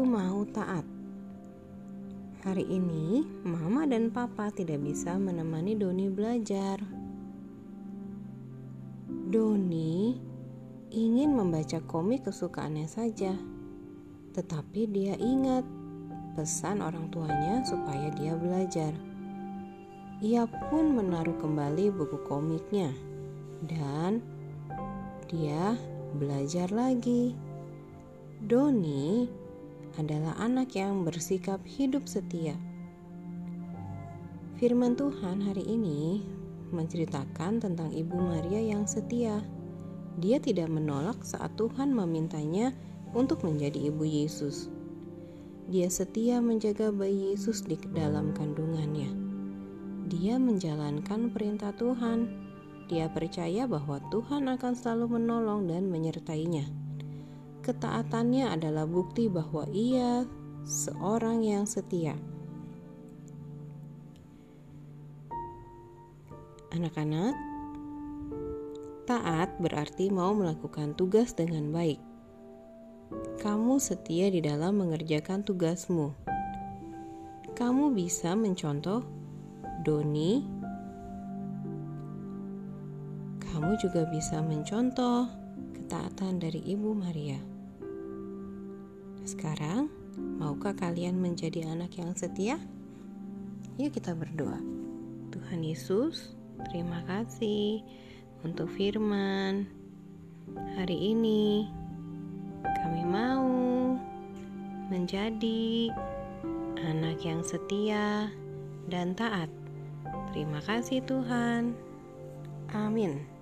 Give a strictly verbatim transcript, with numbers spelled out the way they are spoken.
mau taat. Hari ini, Mama dan Papa tidak bisa menemani Doni belajar. Doni ingin membaca komik kesukaannya saja, tetapi dia ingat pesan orang tuanya supaya dia belajar. Ia pun menaruh kembali buku komiknya dan dia belajar lagi. Doni adalah anak yang bersikap hidup setia. Firman Tuhan hari ini menceritakan tentang Ibu Maria yang setia. Dia tidak menolak saat Tuhan memintanya untuk menjadi ibu Yesus. Dia setia menjaga bayi Yesus di dalam kandungannya. Dia menjalankan perintah Tuhan. Dia percaya bahwa Tuhan akan selalu menolong dan menyertainya. Ketaatannya adalah bukti bahwa ia seorang yang setia. Anak-anak, taat berarti mau melakukan tugas dengan baik. Kamu setia di dalam mengerjakan tugasmu. Kamu bisa mencontoh Doni. Kamu juga bisa mencontoh ketaatan dari Ibu Maria. Sekarang, maukah kalian menjadi anak yang setia? Yuk kita berdoa. Tuhan Yesus, terima kasih untuk firman hari ini. Kami mau menjadi anak yang setia dan taat. Terima kasih Tuhan. Amin.